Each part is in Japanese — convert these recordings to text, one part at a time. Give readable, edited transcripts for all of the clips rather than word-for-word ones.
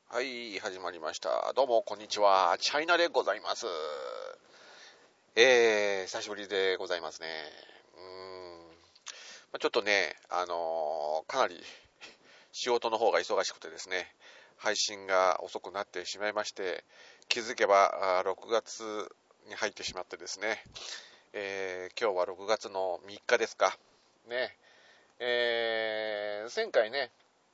はい、始まりました。どうも、こんにちは。チャイナでございます。久しぶりでございますね。ちょっとね、かなり仕事の方が忙しくてですね、配信が遅くなってしまいまして、気づけば6月に入ってしまってですね、今日は6月の3日ですか。ね、前回ね、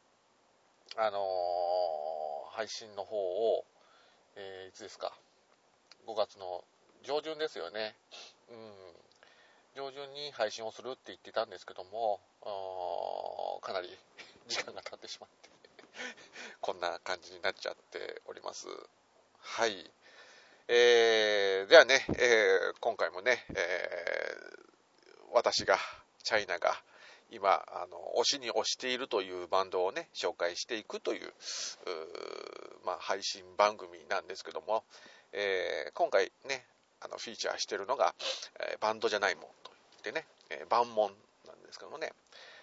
配信の方を、いつですか、5月の上旬ですよね。上旬に配信をするって言ってたんですけども、かなり時間が経ってしまってこんな感じになっちゃっております。はい。ではね、今回もね、私が、チャイナが、今、推しに推しているというバンドをね、紹介していくという、配信番組なんですけども、今回ね、フィーチャーしているのが、バンドじゃないもんと言ってね、万門なんですけどもね、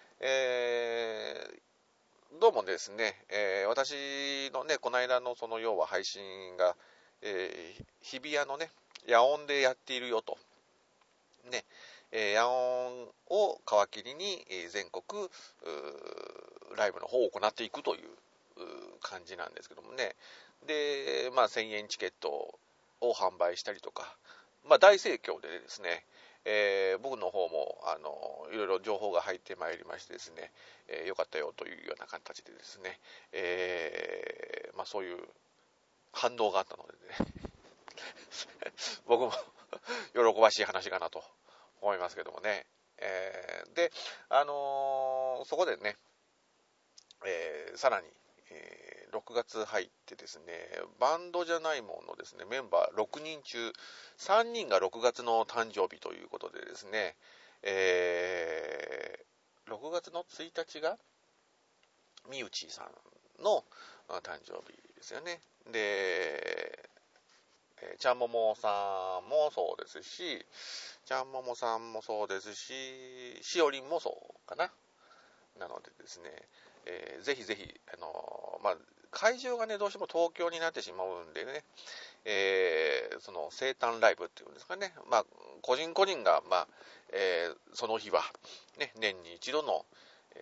どうもですね、私のね、この間のその要は配信が、日比谷のね、野音でやっているよと。ね、野音を皮切りに、全国ライブの方を行っていくという感じなんですけどもね。で、1000円チケットを販売したりとか、大盛況でですね、僕の方もいろいろ情報が入ってまいりましてですね、よかったよというような形でですね、そういう反応があったのでね、僕も喜ばしい話かなと思いますけどもね。で、そこでね、さらに、6月入ってですね、バンドじゃないもののですね、メンバー6人中3人が6月の誕生日ということでですね、6月の1日がみうちさんの誕生日ですよね。で、ちゃんももさんもそうですし、ちゃんももさんもそうですし、しおりんもそうかな。なのでですね、ぜひぜひ、会場がね、どうしても東京になってしまうんでね、その生誕ライブっていうんですかね、個人個人が、その日は、ね、年に一度の、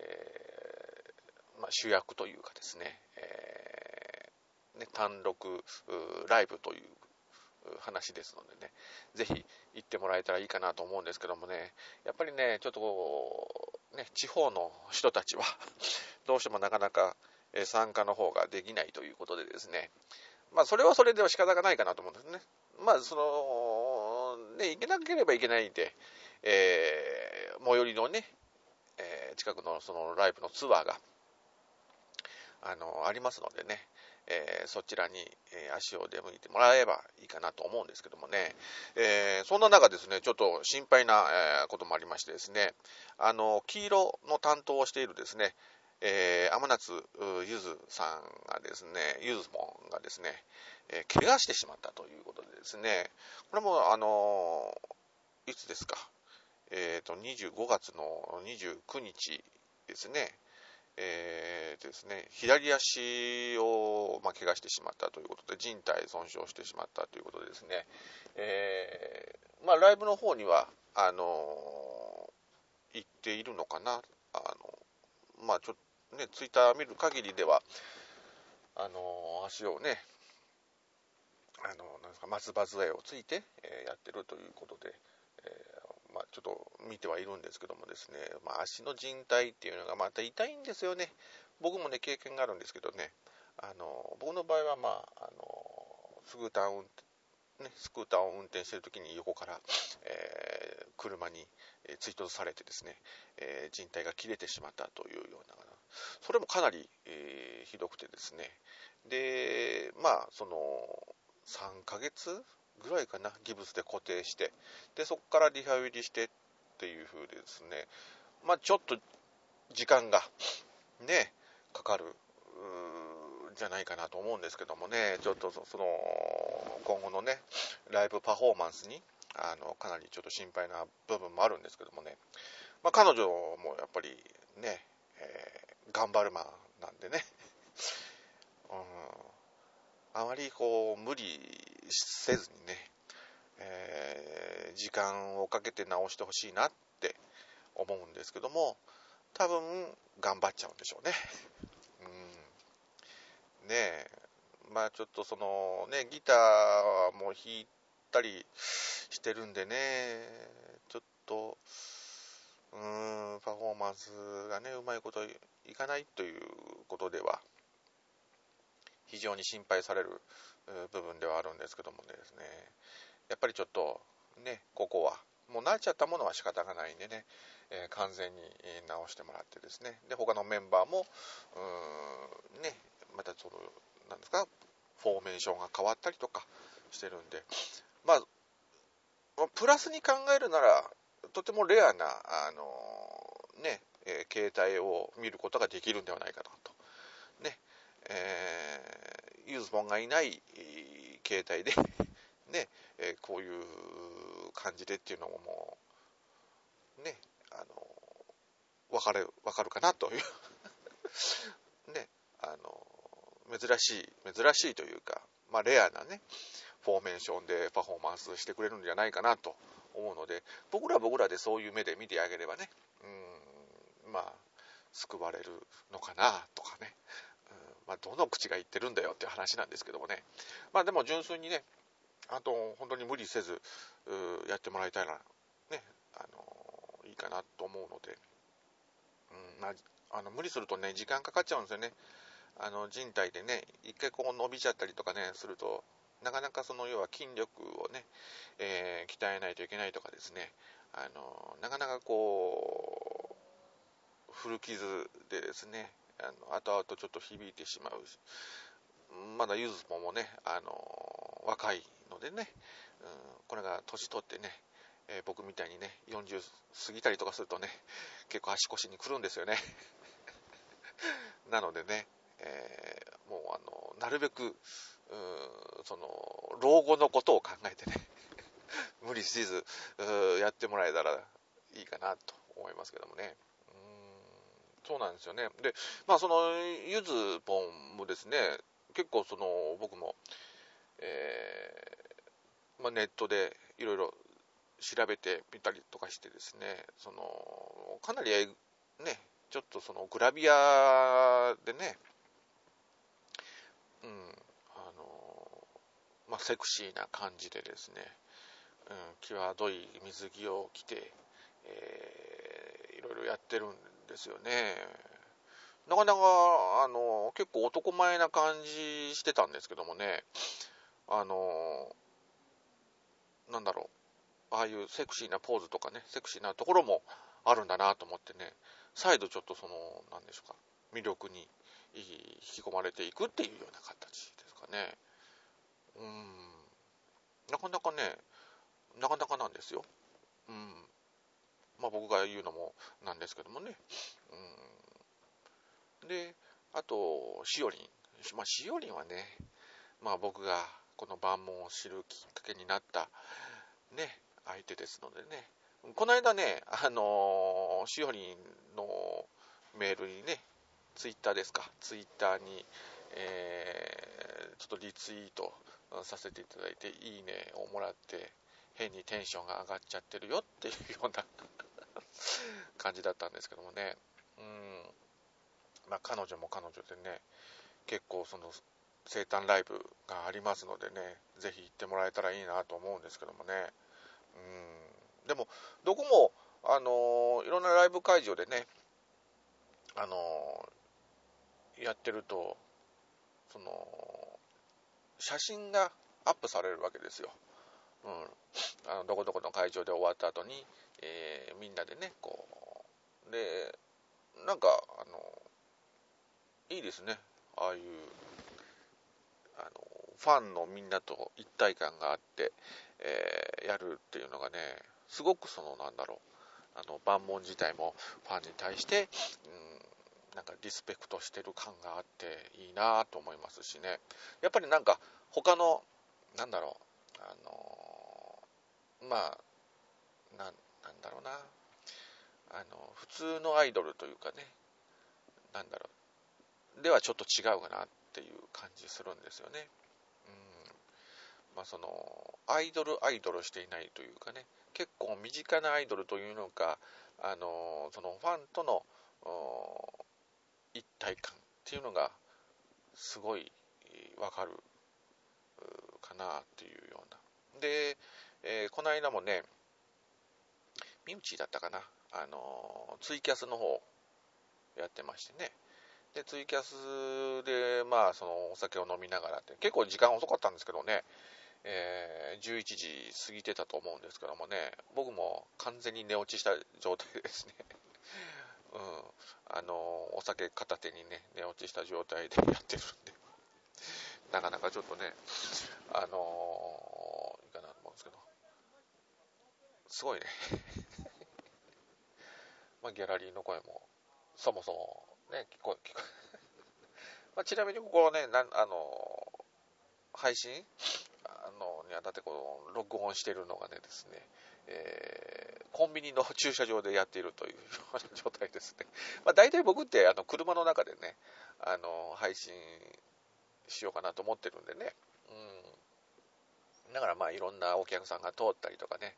主役というかですね、単独ライブという話ですのでね、ぜひ行ってもらえたらいいかなと思うんですけどもね、やっぱりね、ちょっとね、地方の人たちはどうしてもなかなか参加の方ができないということでですね、それはそれでは仕方がないかなと思うんですね。ね、行けなければいけないんで、最寄りのね、近くのそのライブのツアーがありますのでね、そちらに、足を出向いてもらえばいいかなと思うんですけどもね、そんな中ですね、ちょっと心配な、こともありましてですね、黄色の担当をしているですね、天夏ゆずさんがですね、ゆずもんがですね、怪我してしまったということでですね、これもいつですか、25月の29日ですね、ですね、左足を、怪我してしまったということで、靭帯損傷してしまったということでですね、ライブの方には、行っているのかな。ちょっとね、ツイッター見る限りでは、足をね、なんですか、松葉杖をついて、やってるということで、ちょっと見てはいるんですけどもですね、足の靭帯っていうのがまた痛いんですよね。僕もね、経験があるんですけどね、僕の場合は、スクーターを運転しているときに横から、車に追突されてですね、靭帯が切れてしまったというような、それもかなり、ひどくてですね、で、その3ヶ月ぐらいかな、ギブスで固定して、で、そこからリハビリしてっていう風でですね、ちょっと時間がね、かかるじゃないかなと思うんですけどもね、ちょっと今後のね、ライブパフォーマンスにかなりちょっと心配な部分もあるんですけどもね、彼女もやっぱりね、頑張るマンなんでね、 あまりこう無理せずにね、時間をかけて直してほしいなって思うんですけども、多分頑張っちゃうんでしょうね。ねえ、まあちょっとそのね、ギターも弾いたりしてるんでね、ちょっとパフォーマンスがね、うまいこといかないということでは非常に心配される部分ではあるんですけどもですね、やっぱりちょっとね、ここはもう慣れちゃったものは仕方がないんでね、完全に直してもらってですね、で他のメンバーもね、またそのなんですか、フォーメーションが変わったりとかしてるんで、まあプラスに考えるならとてもレアなね、形態を見ることができるんではないかなとね、ユーズポンがいない形態でね、こういう感じでっていうのももうね、わかるかなというね、珍しいというか、まあレアなね、フォーメーションでパフォーマンスしてくれるんじゃないかなと思うので、僕らでそういう目で見てあげればね、まあ救われるのかなとかね、まあどの口が言ってるんだよっていう話なんですけどもね、まあでも純粋にね、あと本当に無理せずやってもらえたらね、いいかなと思うので、まあ、無理するとね時間かかっちゃうんですよね。人体でね一回こう伸びちゃったりとかねすると、なかなかその要は筋力をね、鍛えないといけないとかですね、なかなかこう古傷でですね、後々ちょっと響いてしまうし、まだゆずぽんもね、若いのでね、これが年取ってね、僕みたいにね40過ぎたりとかするとね、結構足腰にくるんですよね。なのでね、もうなるべくその老後のことを考えてね無理しずやってもらえたらいいかなと思いますけどもね。そうなんですよね。で、まあそのゆずぽんもですね、結構その僕も、まあ、ネットでいろいろ調べてみたりとかしてですね、そのかなりね、ちょっとそのグラビアでね、うん、まあ、セクシーな感じでですね、際どい水着を着て、いろいろやってるんですよね。なかなか、結構男前な感じしてたんですけどもね、なんだろう、ああいうセクシーなポーズとかね、セクシーなところもあるんだなと思ってね、再度ちょっとその、なんでしょうか、魅力に引き込まれていくっていうような形ですかね。なかなかね、なかなかなんですよ。まあ僕が言うのもなんですけどもね。で、あと、しおりん。まあしおりんはね、まあ僕がこの万門を知るきっかけになったね、相手ですのでね。この間ね、しおりんのメールにね、ツイッターですか、ツイッターに、ちょっとリツイートさせていただいて、いいねをもらって、変にテンションが上がっちゃってるよっていうような感じだったんですけどもね。まあ彼女も彼女でね、結構その生誕ライブがありますのでね、ぜひ行ってもらえたらいいなと思うんですけどもね。でもどこもいろんなライブ会場でね、あのやってると、その写真がアップされるわけですよ。どこどこの会場で終わった後に、みんなでねこうでなんかいいですね、ああいうファンのみんなと一体感があって、やるっていうのがね、すごくそのなんだろう、万門自体もファンに対して、なんかリスペクトしてる感があっていいなと思いますしね。やっぱりなんか他のなんだろう、まあなんだろうな、普通のアイドルというかね、なんだろうではちょっと違うかなっていう感じするんですよね。 そのアイドルしていないというかね、結構身近なアイドルというのか、そのファンとの一体感っていうのがすごいわかるかなっていうような。で、この間もね、ミウチだったかな、ツイキャスの方やってましてね。で、ツイキャスで、そのお酒を飲みながらって、結構時間遅かったんですけどね、11時過ぎてたと思うんですけどもね、僕も完全に寝落ちした状態ですね。うん。お酒片手にね、寝落ちした状態でやってるんで、なかなかちょっとね、いいかなと思うんですけど、すごいね。ギャラリーの声も、そもそもね、聞こえちなみにここね、配信にあたって録音しているのがねですね、コンビニの駐車場でやっているというような状態ですね。大体僕って車の中でね、配信しようかなと思ってるんでね。だからいろんなお客さんが通ったりとかね、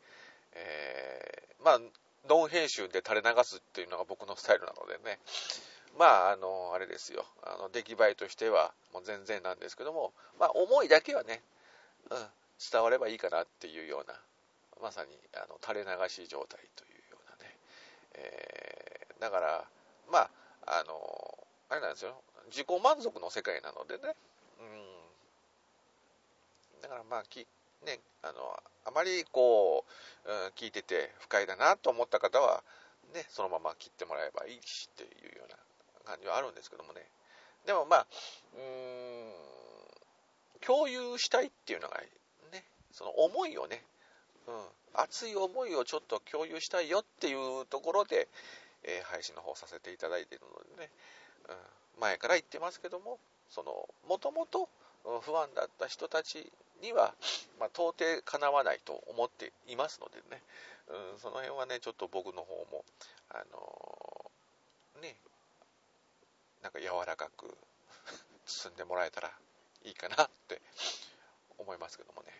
ノン編集で垂れ流すっていうのが僕のスタイルなのでね、あれですよ、出来栄えとしてはもう全然なんですけども、思いだけはね、伝わればいいかなっていうような、まさに垂れ流し状態というようなね、だからあれなんですよ、自己満足の世界なのでね、だからね、あまり聞いてて不快だなと思った方はね、そのまま切ってもらえばいいしっていうような感じはあるんですけどもね。でも共有したいっていうのがね、その思いをね、熱い思いをちょっと共有したいよっていうところで、配信の方させていただいているのでね、前から言ってますけども、もともと不安だった人たちには、到底かなわないと思っていますのでね、その辺はね、ちょっと僕の方もね、なんか柔らかく包んでもらえたらいいかなって思いますけどもね、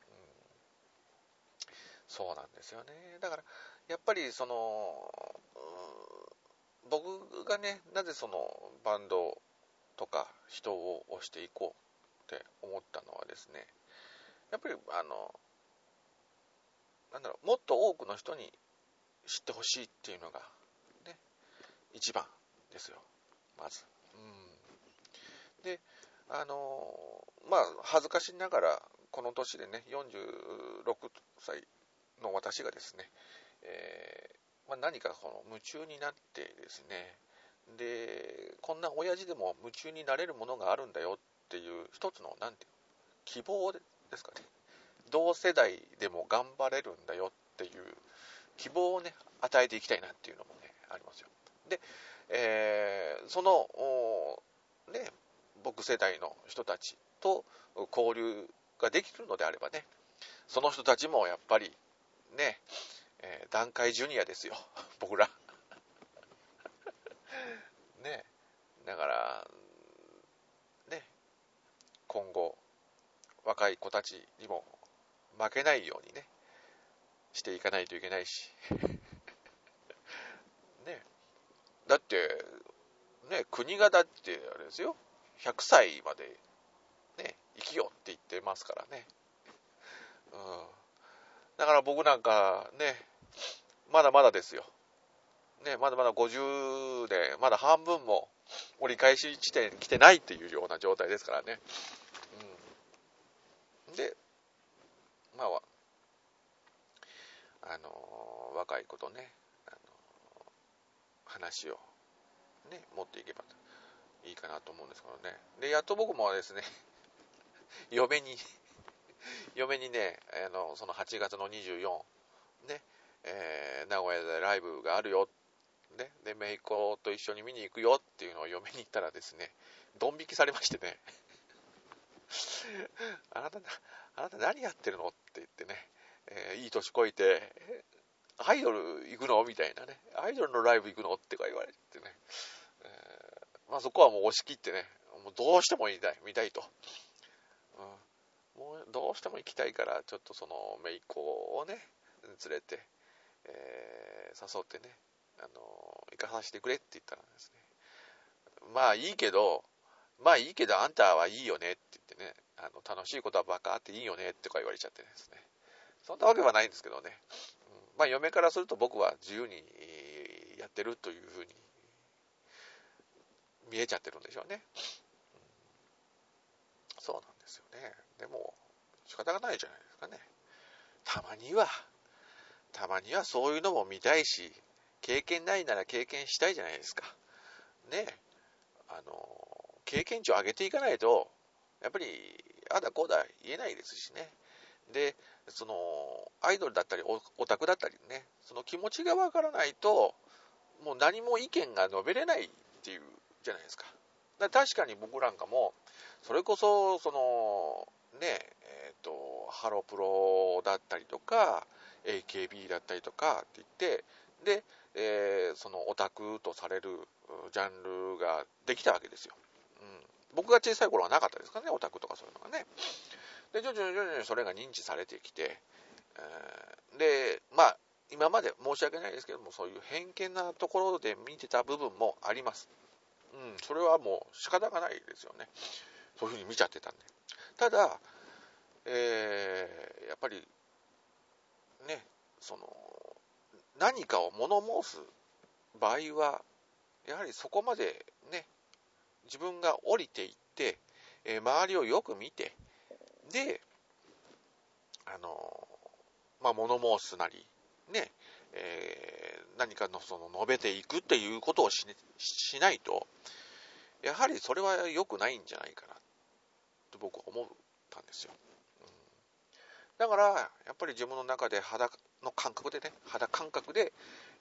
そうなんですよね。だからやっぱり僕がね、なぜそのバンドとか人を推していこうって思ったのはですね、やっぱりもっと多くの人に知ってほしいっていうのがね、一番ですよ、まず。で、恥ずかしながらこの年でね、46歳の私がですね、何か夢中になってですね、でこんな親父でも夢中になれるものがあるんだよっていう一つのなんていう希望ですかね、同世代でも頑張れるんだよっていう希望をね与えていきたいなっていうのもねありますよ。で、そのね、僕世代の人たちと交流ができるのであればね、その人たちもやっぱりね、団塊ジュニアですよ僕らね。だからね、今後若い子たちにも負けないようにねしていかないといけないしね。だってね、国がだってあれですよ、100歳までね生きようって言ってますからね。だから僕なんかね、まだまだですよね、まだまだ50でまだ半分も折り返し地点に来てないっていうような状態ですからね。で若い子とね、話をね持っていけばいいかなと思うんですけどね。でやっと僕もですね嫁にね、その8月の24ね、名古屋でライブがあるよ、ね、で姪っ子と一緒に見に行くよっていうのを嫁に言ったらですね、ドン引きされましてねあなた何やってるのって言ってね、いい年こいてアイドル行くのみたいなね、アイドルのライブ行くのってか言われてね、そこはもう押し切ってね、もうどうしても見たいと、 もうどうしても行きたいから、ちょっとその姪っ子をね連れて、誘ってね、行かさせてくれって言ったらですね、まあいいけどあんたはいいよねって言ってね、楽しいことはバカあっていいよねとか言われちゃってですね、そんなわけはないんですけどね、まあ嫁からすると僕は自由にやってるというふうに見えちゃってるんでしょうね。そうなんですよね。でも仕方がないじゃないですかね。たまにはそういうのも見たいし、経験ないなら経験したいじゃないですか。ね、経験値を上げていかないと、やっぱりあだこうだ言えないですしね。で、そのアイドルだったりオタクだったりね、その気持ちがわからないと、もう何も意見が述べれないっていうじゃないですか。確かに僕なんかも、それこそそのね、ハロプロだったりとか AKB だったりとかって言って、で、そのオタクとされるジャンルができたわけですよ。僕が小さい頃はなかったですからね、オタクとかそういうのがね。で徐々にそれが認知されてきて、でまあ今まで申し訳ないですけども、そういう偏見なところで見てた部分もあります。それはもう仕方がないですよね。そういうふうに見ちゃってたんで。ただ、やっぱりね、その何かを物申す場合は、やはりそこまでね、自分が降りていって、周りをよく見て、で、まあ、物申すなり、ね、何かのその述べていくっていうことをしないと、やはりそれは良くないんじゃないかなと僕は思ったんですよ。だからやっぱり自分の中で肌感覚で、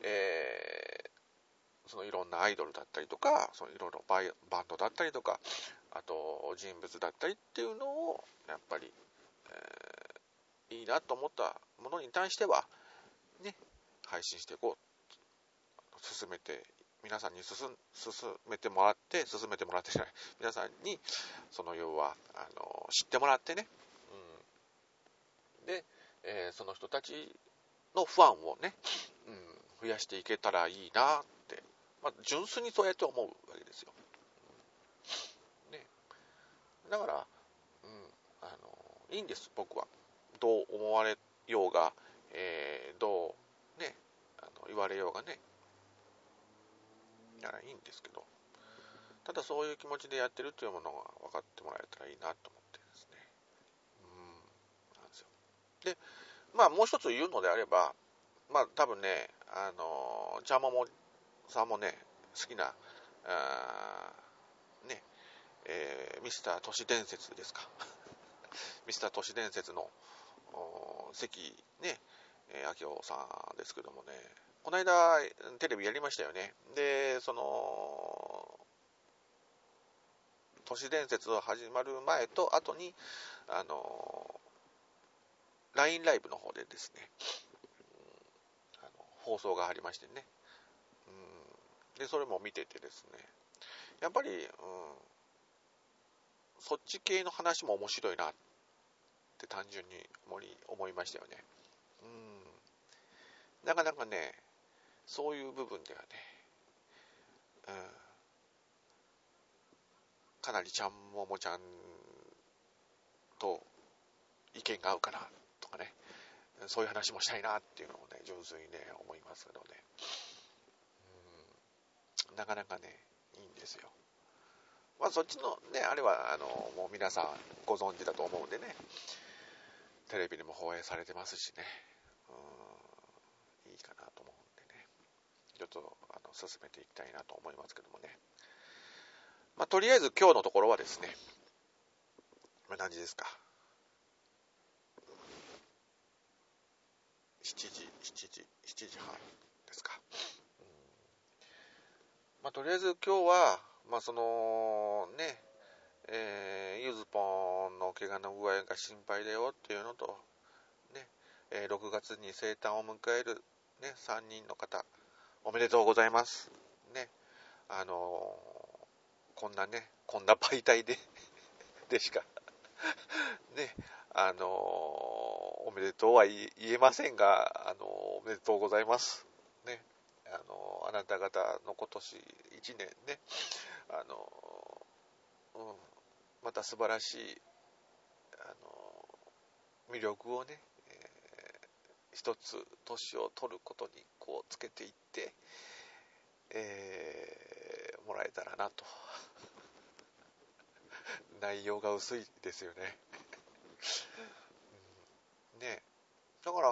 そのいろんなアイドルだったりとか、そのいろいろバンドだったりとか、あと人物だったりっていうのをやっぱり、いいなと思ったものに対してはね、配信していこう、進めて皆さんに進めてもらってじゃない、皆さんにその要は知ってもらってね、で、その人たちのファンをね、増やしていけたらいいなって、まあ、純粋にそうやって思うわけですよ。ね、だから、いいんです、僕は。どう思われようが、どうね、言われようがね、ならいいんですけど、ただそういう気持ちでやってるというものが分かってもらえたらいいなと思ってですね。なんですよ。で、まあもう一つ言うのであれば、まあ多分ね、ジャマモさんもね、好きな、ね、ミスター都市伝説ですか。ミスター都市伝説の関ね、明夫さんですけどもね、この間テレビやりましたよね。で、その都市伝説が始まる前と後にLINE ライブの方でですね、放送がありましてね、でそれも見ててですね、やっぱり、そっち系の話も面白いなって単純に思いましたよね。なかなかね、そういう部分ではね、かなりちゃんももちゃんと意見が合うかなとかね、そういう話もしたいなっていうのをね、上手にね、思いますけどね、なかなかね、いいんですよ。まあそっちのね、あれはもう皆さんご存知だと思うんでね、テレビでも放映されてますしね、いいかなと思うんでね、ちょっと進めていきたいなと思いますけどもね。まあとりあえず今日のところはですね、何時ですか、7時半ですか。まあとりあえず今日は、まあそのね、ゆずぽんの怪我の具合が心配だよっていうのと、ね、6月に生誕を迎える、ね、3人の方、おめでとうございます。ね、こんな媒体ででしかね、おめでとうは言えませんが、おめでとうございます。ね、あなた方の今年1年ね、また素晴らしい、魅力をね、一つ年を取ることにこうつけていって、もらえたらなと。内容が薄いですよね。ね、だから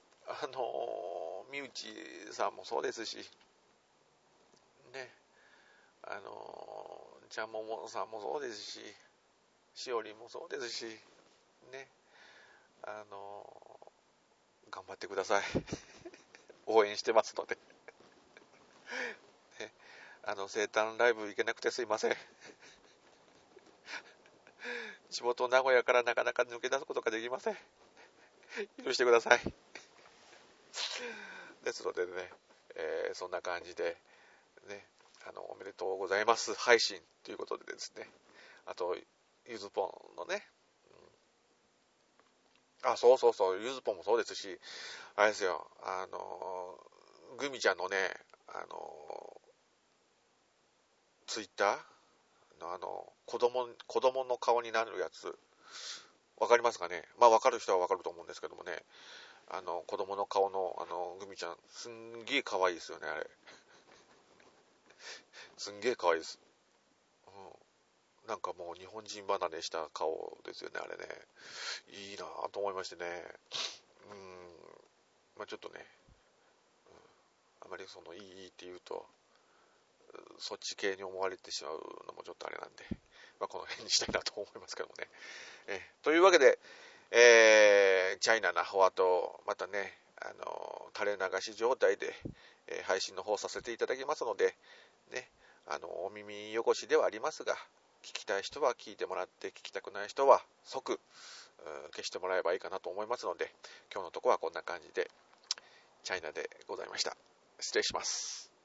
身内さんもそうですしね、じゃももさんもそうですし、しおりんもそうですしね、頑張ってください。応援してますので、ね、生誕ライブ行けなくてすいません。地元名古屋からなかなか抜け出すことができません。許してください。ですのでね、そんな感じでね、おめでとうございます配信ということでですね、あとゆずぽんのね、そうそうそう、ゆずぽんもそうですし、あれですよ、グミちゃんのね、ツイッターの子供の顔になるやつ、わかりますかね。まあ、わかる人はわかると思うんですけどもね、子供の顔の、グミちゃん、すんげえ可愛いですよね、あれ。すんげえ可愛いです。なんかもう日本人離れした顔ですよね、あれね。いいなぁと思いましてね。まあちょっとね、あまりいいって言うと、そっち系に思われてしまうのもちょっとあれなんで、まあこの辺にしたいなと思いますけどもね。というわけで、チャイナなホワと、またね、垂れ流し状態で、配信の方させていただきますので、ね、お耳汚しではありますが、聞きたい人は聞いてもらって、聞きたくない人は即消してもらえばいいかなと思いますので、今日のところはこんな感じで、チャイナでございました。失礼します。